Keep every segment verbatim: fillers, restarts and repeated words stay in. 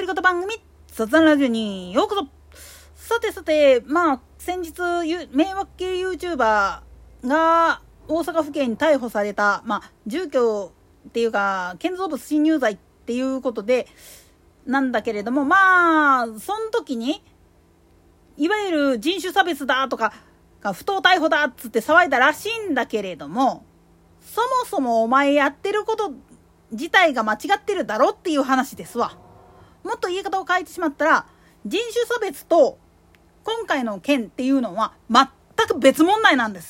事番組雑談ラジオにようこそ。さてさて、まあ先日迷惑系 YouTuber が大阪府警に逮捕された、まあ住居っていうか建造物侵入罪っていうことでなんだけれども、まあその時にいわゆる人種差別だとか不当逮捕だっつって騒いだらしいんだけれども、そもそもお前やってること自体が間違ってるだろっていう話ですわ。もっと言い方を変えてしまったら、人種差別と今回の件っていうのは全く別問題なんです。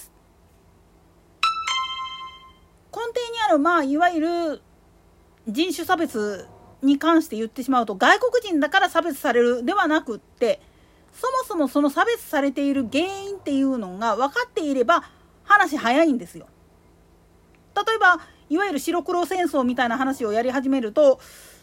根底にあるまあいわゆる人種差別に関して言ってしまうと、外国人だから差別されるではなくって、そもそもその差別されている原因っていうのが分かっていれば話早いんですよ。例えばいわゆる白黒戦争みたいな話をやり始めると、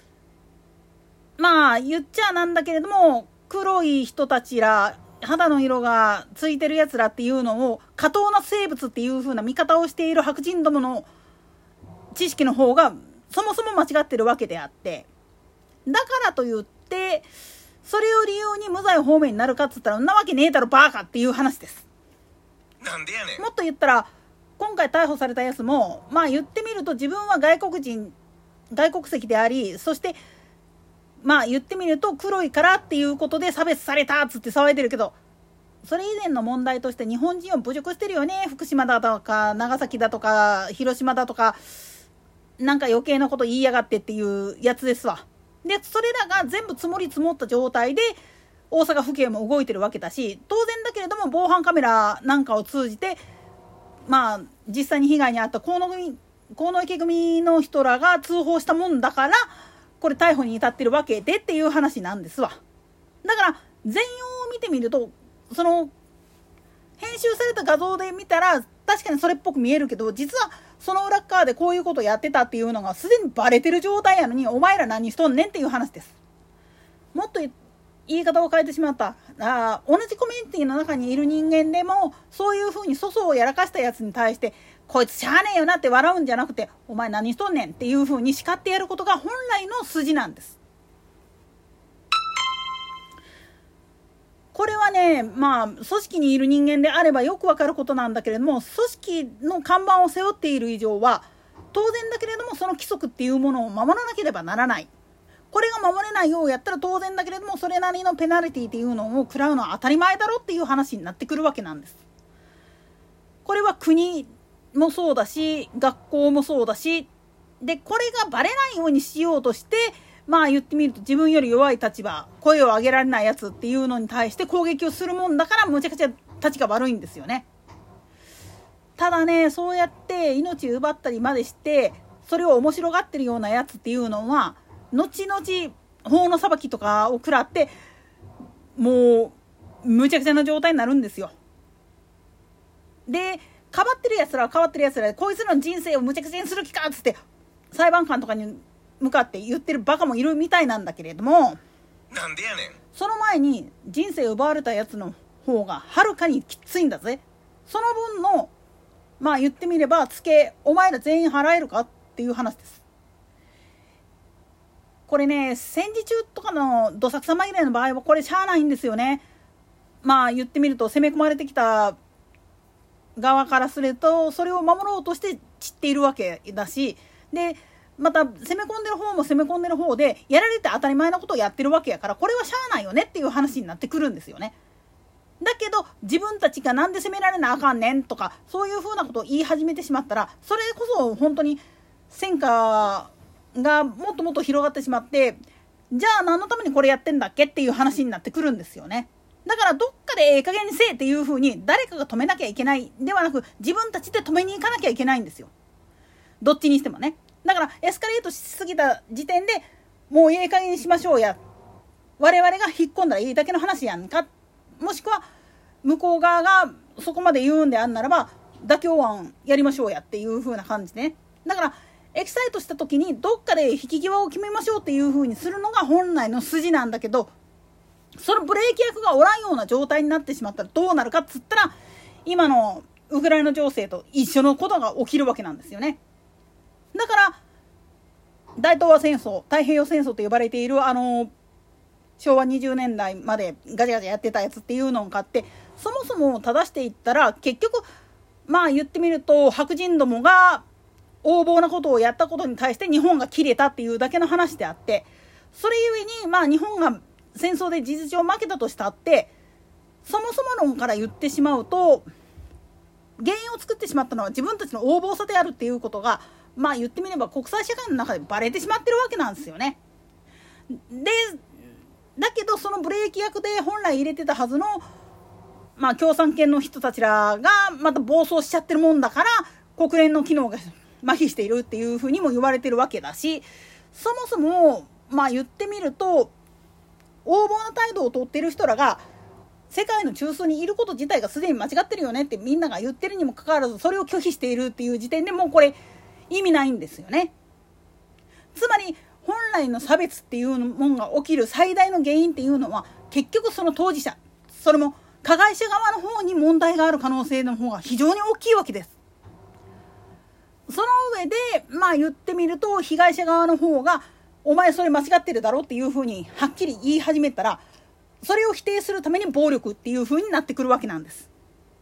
まあ言っちゃなんだけれども、黒い人たちら肌の色がついてるやつらっていうのを下等な生物っていう風な見方をしている白人どもの知識の方がそもそも間違ってるわけであって、だからといってそれを理由に無罪方面になるかっつったら、んなわけねえだろバーカっていう話です。 なんでやねん。 もっと言ったら今回逮捕されたやつも、まあ言ってみると自分は外国人外国籍であり、そしてまあ言ってみると黒いからっていうことで差別されたっつって騒いでるけど、それ以前の問題として日本人を侮辱してるよね。福島だとか長崎だとか広島だとか、なんか余計なこと言いやがってっていうやつですわ。でそれらが全部積もり積もった状態で大阪府警も動いてるわけだし、当然だけれども防犯カメラなんかを通じてまあ実際に被害に遭った河野組河野池組の人らが通報したもんだから、これ逮捕に至ってるわけでっていう話なんですわ。だから全容を見てみると、その編集された画像で見たら確かにそれっぽく見えるけど、実はその裏側でこういうことやってたっていうのがすでにバレてる状態やのに、お前ら何しとんねんっていう話です。もっと言い方を変えてしまった。あ同じコミュニティの中にいる人間でもそういう風に粗相をやらかしたやつに対して、こいつしゃあねえよなって笑うんじゃなくて、お前何しとんねんっていう風に叱ってやることが本来の筋なんです。これはね、まあ組織にいる人間であればよくわかることなんだけれども、組織の看板を背負っている以上は当然だけれどもその規則っていうものを守らなければならない。これが守れないようやったら当然だけれどもそれなりのペナルティっていうのを食らうのは当たり前だろっていう話になってくるわけなんです。これは国もそうだし学校もそうだしで、これがバレないようにしようとして、まあ言ってみると自分より弱い立場、声を上げられないやつっていうのに対して攻撃をするもんだから、むちゃくちゃ立ちが悪いんですよね。ただね、そうやって命奪ったりまでしてそれを面白がってるようなやつっていうのは後々法の裁きとかを食らってもうむちゃくちゃな状態になるんですよ。でかばってるやつらはかばってるやつらで、こいつらの人生をむちゃくちゃにする気かっつって裁判官とかに向かって言ってるバカもいるみたいなんだけれども、 なんでやねん。 その前に人生を奪われたやつの方がはるかにきついんだぜ。その分のまあ言ってみればツケお前ら全員払えるかっていう話です。これね、戦時中とかのどさくさ紛れの場合はこれしゃあないんですよね。まあ言ってみると攻め込まれてきた側からするとそれを守ろうとして散っているわけだし、でまた攻め込んでる方も攻め込んでる方でやられて当たり前なことをやってるわけやから、これはしゃあないよねっていう話になってくるんですよね。だけど自分たちがなんで攻められなあかんねんとかそういうふうなことを言い始めてしまったら、それこそ本当に戦火がもっともっと広がってしまって、じゃあ何のためにこれやってんだっけっていう話になってくるんですよね。だからどっかでええ加減にせえっていう風に誰かが止めなきゃいけないではなく、自分たちで止めに行かなきゃいけないんですよ。どっちにしてもね。だからエスカレートしすぎた時点でもうええ加減にしましょうや、我々が引っ込んだらいいだけの話やんか、もしくは向こう側がそこまで言うんであんならば妥協案やりましょうやっていう風な感じでね。だからエキサイトした時にどっかで引き際を決めましょうっていう風にするのが本来の筋なんだけど、そのブレーキ役がおらんような状態になってしまったらどうなるかっつったら、今のウクライナ情勢と一緒のことが起きるわけなんですよね。だから大東亜戦争、太平洋戦争と呼ばれているあのしょうわにじゅうねんだいまでガチャガチャやってたやつっていうのを買って、そもそも正していったら結局まあ言ってみると白人どもが横暴なことをやったことに対して日本が切れたっていうだけの話であって、それゆえにまあ日本が戦争で事実上負けたとしたってそもそも論から言ってしまうと、原因を作ってしまったのは自分たちの横暴さであるっていうことがまあ言ってみれば国際社会の中でバレてしまってるわけなんですよね。でだけどそのブレーキ役で本来入れてたはずのまあ共産圏の人たちらがまた暴走しちゃってるもんだから国連の機能が麻痺しているっていうふうにも言われてるわけだし、そもそもまあ言ってみると横暴な態度を取っている人らが世界の中枢にいること自体がすでに間違ってるよねってみんなが言ってるにもかかわらず、それを拒否しているっていう時点でもうこれ意味ないんですよね。つまり本来の差別っていうものが起きる最大の原因っていうのは結局その当事者、それも加害者側の方に問題がある可能性の方が非常に大きいわけです。その上でまあ言ってみると被害者側の方がお前それ間違ってるだろっていうふうにはっきり言い始めたら、それを否定するために暴力っていうふうになってくるわけなんです。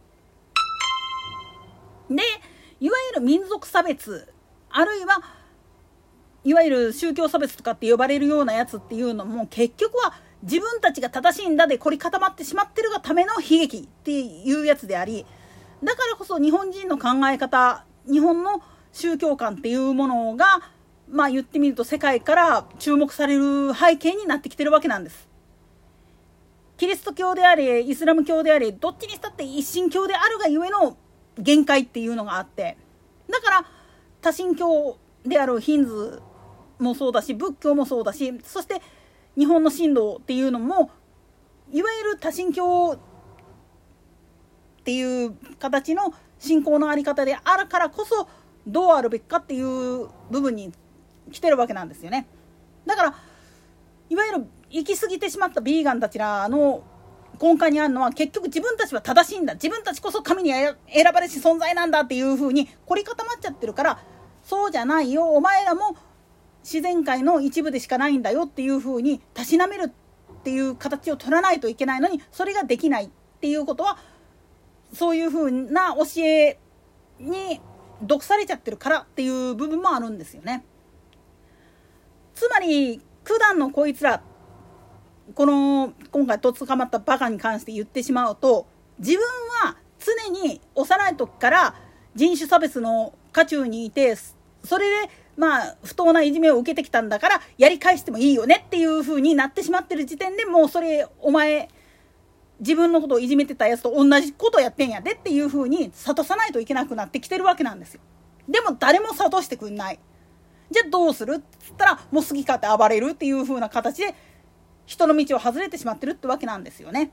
でいわゆる民族差別、あるいはいわゆる宗教差別とかって呼ばれるようなやつっていうのも結局は自分たちが正しいんだで凝り固まってしまってるがための悲劇っていうやつであり、だからこそ日本人の考え方、日本の宗教観っていうものがまあ言ってみると世界から注目される背景になってきてるわけなんです。キリスト教であれイスラム教であれどっちにしたって一神教であるがゆえの限界っていうのがあって、だから多神教であるヒンズーもそうだし仏教もそうだし、そして日本の神道っていうのもいわゆる多神教っていう形の信仰のあり方であるからこそどうあるべきかっていう部分に来てるわけなんですよね。だからいわゆる行き過ぎてしまったビーガンたちらの根幹にあるのは結局自分たちは正しいんだ、自分たちこそ神に選ばれし存在なんだっていう風に凝り固まっちゃってるから、そうじゃないよ、お前らも自然界の一部でしかないんだよっていう風にたしなめるっていう形を取らないといけないのに、それができないっていうことはそういう風な教えに毒されちゃってるからっていう部分もあるんですよね。つまり普段のこいつら、この今回とっ捕まったバカに関して言ってしまうと、自分は常に幼い時から人種差別の渦中にいて、それでまあ不当ないじめを受けてきたんだからやり返してもいいよねっていう風になってしまってる時点で、もうそれお前自分のことをいじめてたやつと同じことやってんやでっていう風に諭さないといけなくなってきてるわけなんですよ。でも誰も諭してくんない。じゃあどうするって言ったらもう好き勝手暴れるっていう風な形で人の道を外れてしまってるってわけなんですよね。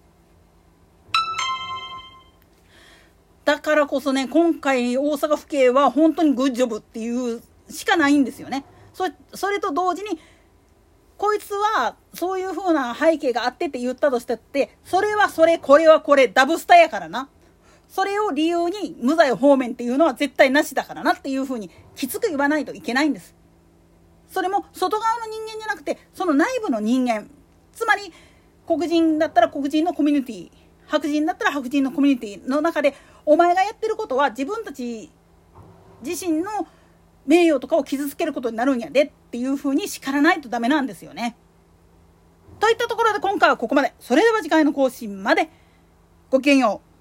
だからこそね、今回大阪府警は本当にグッジョブっていうしかないんですよね。それ、それと同時にこいつはそういう風な背景があってって言ったとしてって、それはそれこれはこれダブスタやからな、それを理由に無罪放免っていうのは絶対なしだからなっていう風にきつく言わないといけないんです。それも外側の人間じゃなくてその内部の人間、つまり黒人だったら黒人のコミュニティ、白人だったら白人のコミュニティの中でお前がやってることは自分たち自身の名誉とかを傷つけることになるんやでっていう風に叱らないとダメなんですよね。といったところで今回はここまで。それでは次回の更新まで。ごきげんよう。